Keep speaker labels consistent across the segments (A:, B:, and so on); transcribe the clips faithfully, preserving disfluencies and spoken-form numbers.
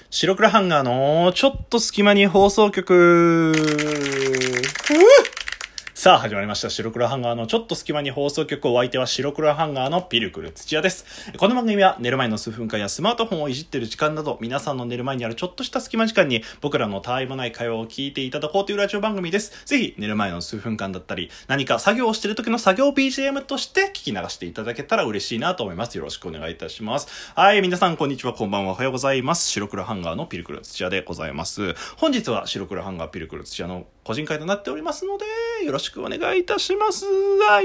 A: 白黒ハンガーのちょっと隙間に放送局。さあ始まりました。白黒ハンガーのちょっと隙間に放送局。お相手は白黒ハンガーのピルクル土屋です。この番組は寝る前の数分間やスマートフォンをいじっている時間など、皆さんの寝る前にあるちょっとした隙間時間に僕らのたわいもない会話を聞いていただこうというラジオ番組です。ぜひ寝る前の数分間だったり、何か作業をしている時の作業 ビージーエム として聞き流していただけたら嬉しいなと思います。よろしくお願いいたします。はい、皆さんこんにちは、こんばんは、おはようございます。白黒ハンガーのピルクル土屋でございます。本日は白黒ハンガーピルクル土屋の個人会となっておりますので、よろしくお願いいたします。はい。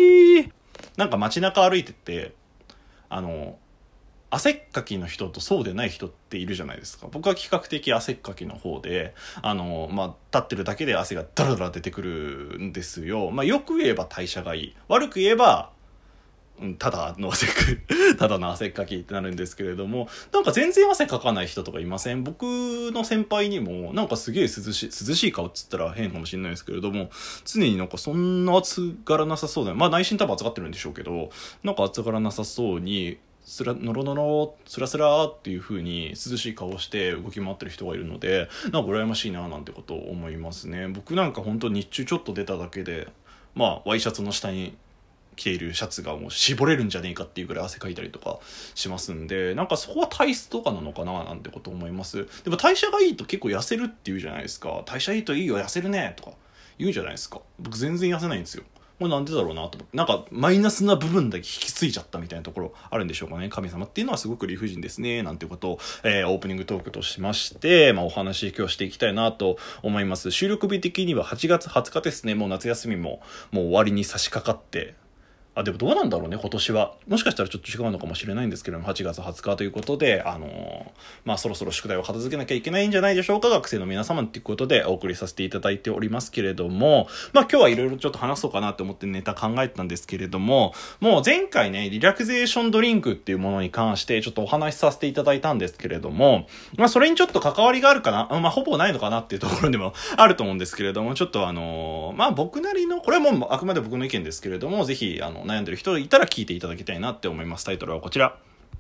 A: なんか街中歩いてて、あの、汗っかきの人とそうでない人っているじゃないですか。僕は比較的汗っかきの方で、あの、まあ、立ってるだけで汗がダラダラ出てくるんですよ。まあ、よく言えば代謝がいい。悪く言えば、ただの汗っかき、ただの汗っかきってなるんですけれども、なんか全然汗かかない人とかいません？僕の先輩にも、なんかすげえ涼しい、涼しい顔っつったら変かもしれないですけれども、常になんかそんな暑がらなさそうだよ。まあ内心多分暑がってるんでしょうけど、なんか暑がらなさそうに、すら、のろのろ、スラスラっていう風に涼しい顔をして動き回ってる人がいるので、なんか羨ましいななんてことを思いますね。僕なんか本当日中ちょっと出ただけで、まあワイシャツの下に着ているシャツがもう絞れるんじゃねえかっていうぐらい汗かいたりとかしますんで、なんかそこは体質とかなのかななんてこと思います。でも代謝がいいと結構痩せるっていうじゃないですか。代謝いいといいよ、痩せるねとか言うじゃないですか。僕全然痩せないんですよ。これなんでだろうなと思って、なんかマイナスな部分だけ引き継いじゃったみたいなところあるんでしょうかね。神様っていうのはすごく理不尽ですねなんてことを、えー、オープニングトークとしまして、まあ、お話今日していきたいなと思います。収録日的にははちがつはつかですね。もう夏休みももう終わりに差し掛かって、あ、でもどうなんだろうね、今年は。もしかしたらちょっと違うのかもしれないんですけども、はちがつはつかということで、あのー、まあそろそろ宿題を片付けなきゃいけないんじゃないでしょうか、学生の皆様っていうことでお送りさせていただいておりますけれども、まあ今日はいろいろちょっと話そうかなと思ってネタ考えてたんですけれども、もう前回ね、リラクゼーションドリンクっていうものに関してちょっとお話しさせていただいたんですけれども、まあそれにちょっと関わりがあるかな、まあほぼないのかなっていうところでもあると思うんですけれども、ちょっとあのー、まあ僕なりの、これはもうあくまで僕の意見ですけれども、ぜひあの悩んでる人いたら聞いていただきたいなって思います。タイトルはこちら。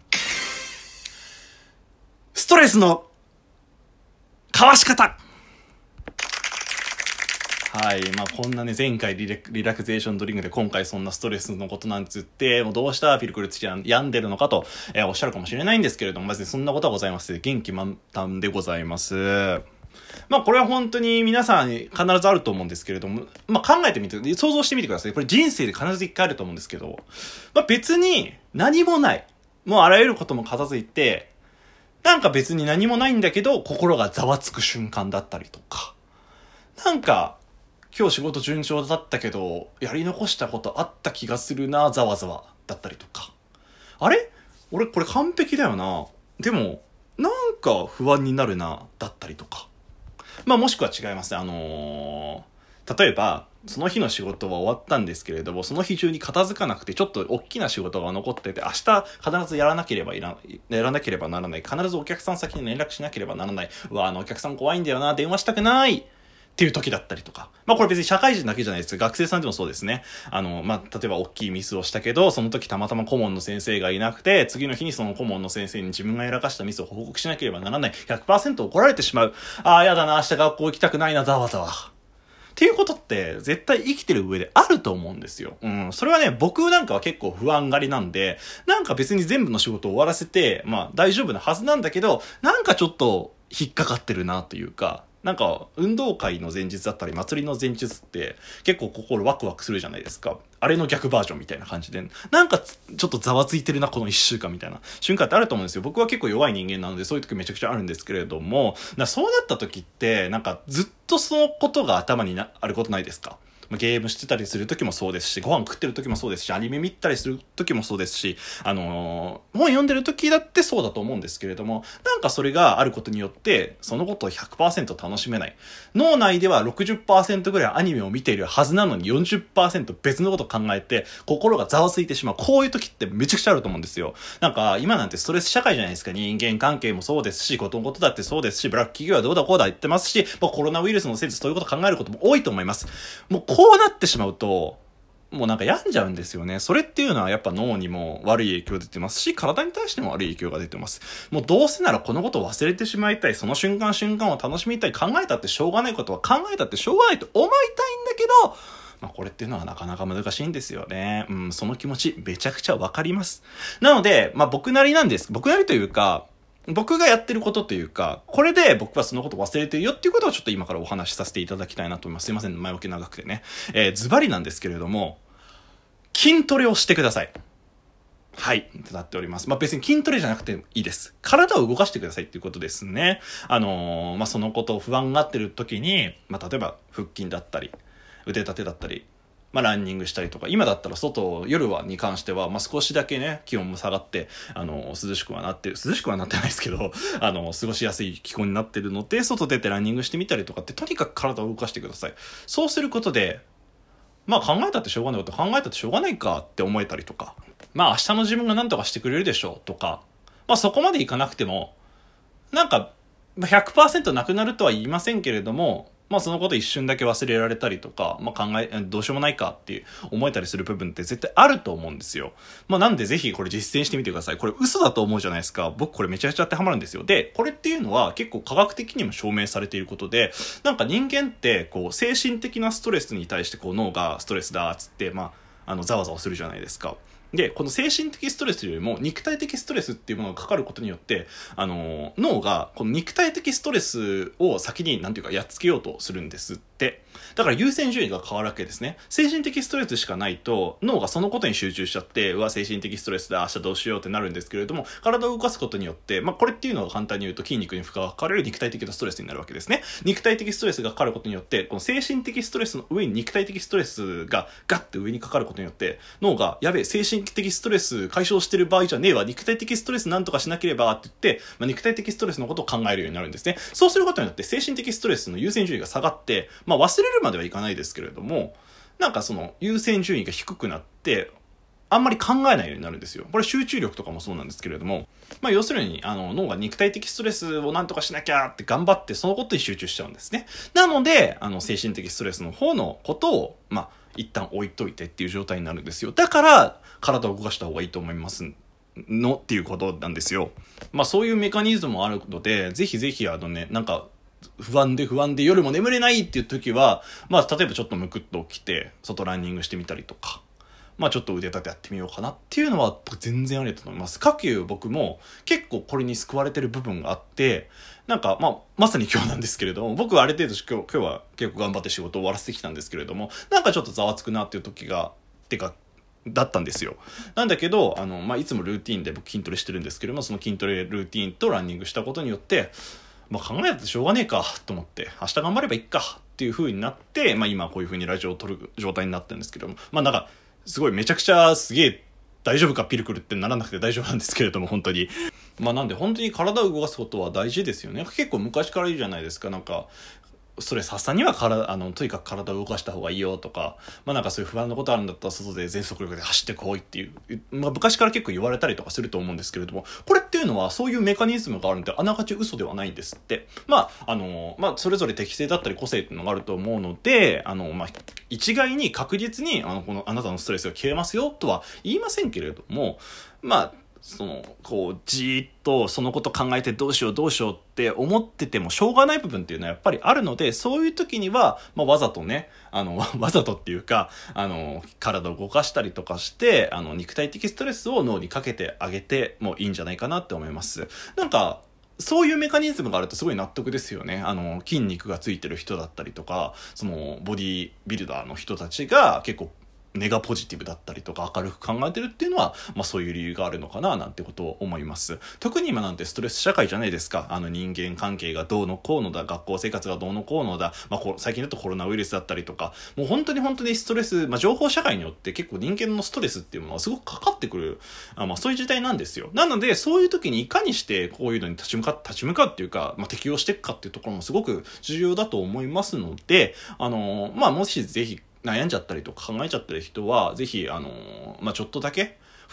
A: ストレスのかわし方。はい。まあ、こんなね、前回リラ、リラクゼーションドリンクで今回そんなストレスのことなんつって、もうどうしたピルクル土屋病んでるのかと、えー、おっしゃるかもしれないんですけれども、まずそんなことはございません。元気満タンでございます。まあこれは本当に皆さん必ずあると思うんですけれども、まあ考えてみて、想像してみてください。これ人生で必ず一回あると思うんですけど、まあ別に何もない。もうあらゆることも片付いて、なんか別に何もないんだけど、心がざわつく瞬間だったりとか、なんか今日仕事順調だったけど、やり残したことあった気がするな、ざわざわだったりとか。あれ？俺これ完璧だよな。でも、なんか不安になるな、だったりとか。まあもしくは違いますね。あのー、例えば、その日の仕事は終わったんですけれども、その日中に片付かなくて、ちょっと大きな仕事が残ってて、明日必ずやらなければいら、やらなければならない。必ずお客さん先に連絡しなければならない。うわ、あのお客さん怖いんだよな、電話したくない。っていう時だったりとか。まあこれ別に社会人だけじゃないです。学生さんでもそうですね。あの、まあ例えば大きいミスをしたけど、その時たまたま顧問の先生がいなくて、次の日にその顧問の先生に自分がやらかしたミスを報告しなければならない。ひゃくパーセント 怒られてしまう。ああ、やだな、明日学校行きたくないな、ざわざわ。っていうことって絶対生きてる上であると思うんですよ。うん。それはね、僕なんかは結構不安がりなんで、なんか別に全部の仕事を終わらせて、まあ大丈夫なはずなんだけど、なんかちょっと引っかかってるなというか、なんか運動会の前日だったり祭りの前日って結構心ワクワクするじゃないですか。あれの逆バージョンみたいな感じで、なんかちょっとざわついてるなこの一週間みたいな瞬間ってあると思うんですよ。僕は結構弱い人間なのでそういう時めちゃくちゃあるんですけれども、そうなった時ってなんかずっとそのことが頭になあることないですか？ゲームしてたりする時もそうですし、ご飯食ってる時もそうですし、アニメ見たりする時もそうですし、あのー、本読んでる時だってそうだと思うんですけれども、なんかそれがあることによって、そのことを ひゃくパーセント 楽しめない。脳内では ろくじゅっパーセント ぐらいアニメを見ているはずなのに よんじゅっパーセント 別のことを考えて、心がざわついてしまう。こういう時ってめちゃくちゃあると思うんですよ。なんか、今なんてストレス社会じゃないですか。人間関係もそうですし、ことのことだってそうですし、ブラック企業はどうだこうだ言ってますし、コロナウイルスのせいでそういうこと考えることも多いと思います。もうこうなってしまうと、 もうなんか病んじゃうんですよね。それっていうのはやっぱ脳にも悪い影響出てますし、体に対しても悪い影響が出てます。もうどうせならこのことを忘れてしまいたい、その瞬間瞬間を楽しみたい、考えたってしょうがないことは考えたってしょうがないと思いたいんだけど、まあこれっていうのはなかなか難しいんですよね。うん、その気持ちめちゃくちゃわかります。なので、まあ僕なりなんです。僕なりというか、僕がやってることというか、これで僕はそのこと忘れてるよっていうことをちょっと今からお話しさせていただきたいなと思います。すいません、前置き長くてね。えー、ズバリなんですけれども、筋トレをしてください。はい。となっております。まあ、別に筋トレじゃなくていいです。体を動かしてくださいっていうことですね。あのー、まあ、そのことを不安がってる時に、まあ、例えば腹筋だったり、腕立てだったり、まあ、ランニングしたりとか、今だったら外、夜はに関しては、まあ、少しだけね、気温も下がって、あの、涼しくはなってる、涼しくはなってないですけど、あの、過ごしやすい気候になってるので、外出てランニングしてみたりとかって、とにかく体を動かしてください。そうすることで、まあ考えたってしょうがないこと考えたってしょうがないかって思えたりとか、まあ明日の自分が何とかしてくれるでしょうとか、まあそこまでいかなくても、なんか、ひゃくパーセント なくなるとは言いませんけれども、まあそのこと一瞬だけ忘れられたりとか、まあ考え、どうしようもないかっていう思えたりする部分って絶対あると思うんですよ。まあなんでぜひこれ実践してみてください。これ嘘だと思うじゃないですか。僕これめちゃくちゃ当てはまるんですよ。で、これっていうのは結構科学的にも証明されていることで、なんか人間ってこう精神的なストレスに対してこう脳がストレスだっつって、まあ、あの、ざわざわするじゃないですか。で、この精神的ストレスよりも肉体的ストレスっていうものがかかることによって、あの、脳がこの肉体的ストレスを先に、なんていうか、やっつけようとするんですって。だから優先順位が変わるわけですね。精神的ストレスしかないと、脳がそのことに集中しちゃって、うわ、精神的ストレスだ、明日どうしようってなるんですけれども、体を動かすことによって、まあ、これっていうのは簡単に言うと筋肉に負荷がかかる肉体的なストレスになるわけですね。肉体的ストレスがかかることによって、この精神的ストレスの上に肉体的ストレスがガッて上にかかることによって、脳が、やべえ、精神的ストレス解消してる場合じゃねえわ、肉体的ストレスなんとかしなければって言って、まあ、肉体的ストレスのことを考えるようになるんですね。そうすることによって精神的ストレスの優先順位が下がって、まあ、忘れるまではいかないですけれども、なんかその優先順位が低くなって、あんまり考えないようになるんですよ。これ集中力とかもそうなんですけれども、まあ要するにあの脳が肉体的ストレスをなんとかしなきゃって頑張ってそのことに集中しちゃうんですね。なので、あの精神的ストレスの方のことを、まあ一旦置いといてっていう状態になるんですよ。だから体を動かした方がいいと思いますのっていうことなんですよ。まあそういうメカニズムもあるので、ぜひぜひあのね、なんか不安で不安で夜も眠れないっていう時は、まあ例えばちょっとむくっと起きて外ランニングしてみたりとか、まあちょっと腕立てやってみようかなっていうのは全然ありだと思います。かくいう僕も結構これに救われてる部分があって、なんかまあまさに今日なんですけれども、僕はある程度今日、今日は結構頑張って仕事を終わらせてきたんですけれども、なんかちょっとざわつくなっていう時が、てか、だったんですよ。なんだけど、あの、まあいつもルーティンで僕筋トレしてるんですけれども、その筋トレルーティンとランニングしたことによって、まあ考えたってしょうがねえかと思って、明日頑張ればいいかっていう風になって、まあ今こういう風にラジオを撮る状態になってるんですけども、まあなんか、すごいめちゃくちゃすげえ大丈夫かピルクルってならなくて大丈夫なんですけれども、本当に。まあなんで本当に体を動かすことは大事ですよね。結構昔からいいじゃないですか。なんか、ストレス発散には体、あの、とにかく体を動かした方がいいよとか、まあなんかそういう不安なことあるんだったら外で全速力で走ってこいっていう、まあ昔から結構言われたりとかすると思うんですけれども、これっていうのはそういうメカニズムがあるんで、あながち嘘ではないんですって。まあ、あの、まあそれぞれ適性だったり個性っていうのがあると思うので、あの、まあ、一概に確実に、あの、このあなたのストレスが消えますよとは言いませんけれども、まあ、その、こう、じーっとそのこと考えてどうしようどうしようって思っててもしょうがない部分っていうのはやっぱりあるので、そういう時には、まあ、わざとね、あの、わざとっていうか、あの、体を動かしたりとかして、あの、肉体的ストレスを脳にかけてあげてもいいんじゃないかなって思います。なんか、そういうメカニズムがあるとすごい納得ですよね。あの、筋肉がついてる人だったりとか、その、ボディビルダーの人たちが結構、ネガポジティブだったりとか明るく考えてるっていうのは、まあそういう理由があるのかななんてことを思います。特に今なんてストレス社会じゃないですか。あの人間関係がどうのこうのだ、学校生活がどうのこうのだ、まあこ最近だとコロナウイルスだったりとか、もう本当に本当にストレス、まあ情報社会によって結構人間のストレスっていうものがすごくかかってくる、あまあそういう時代なんですよ。なのでそういう時にいかにしてこういうのに立ち向かって、立ち向かうっていうか、まあ適応していくかっていうところもすごく重要だと思いますので、あのー、まあもしぜひ、悩んじゃったりとか考えちゃってる人は、ぜひ、あのー、まあ、ちょっとだけ、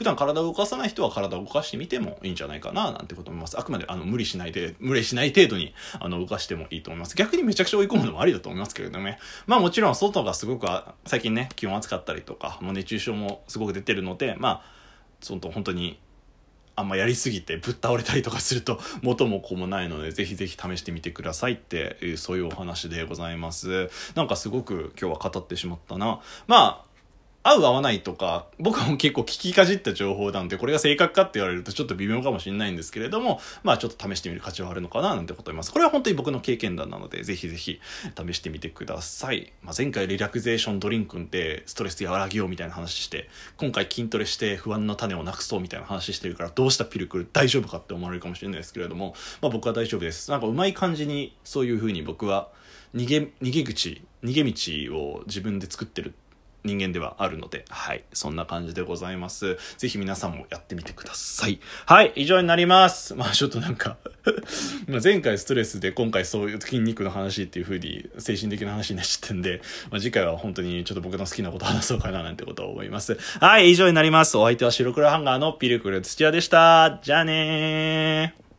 A: 普段体を動かさない人は体を動かしてみてもいいんじゃないかななんてこと思います。あくまであの無理しないで、無理しない程度にあの動かしてもいいと思います。逆にめちゃくちゃ追い込むのもありだと思いますけれどもね。まあもちろん外がすごく最近ね、気温暑かったりとか、もう熱中症もすごく出てるので、まあ、その本当にあんまやりすぎてぶっ倒れたりとかすると元も子もないので、ぜひぜひ試してみてくださいっていう、そういうお話でございます。なんかすごく今日は語ってしまったな。まあ合う合わないとか、僕はもう結構聞きかじった情報なんで、これが正確かって言われるとちょっと微妙かもしれないんですけれども、まあちょっと試してみる価値はあるのかななんてこと思います。これは本当に僕の経験談なので、ぜひぜひ試してみてください。まあ、前回リラクゼーションドリンクってストレス和らげようみたいな話して、今回筋トレして不安の種をなくそうみたいな話してるから、どうしたピルクル大丈夫かって思われるかもしれないですけれども、まあ僕は大丈夫です。なんかうまい感じにそういう風に僕は逃げ、逃げ口、逃げ道を自分で作ってる人間ではあるので、はい。そんな感じでございます。ぜひ皆さんもやってみてください。はい。以上になります。まあちょっとなんかまあ前回ストレスで今回そういう筋肉の話っていう風に精神的な話になっちゃってんで、まあ次回は本当にちょっと僕の好きなこと話そうかななんてことを思います。はい。以上になります。お相手は白黒ハンガーのピルクル土屋でした。じゃあねー。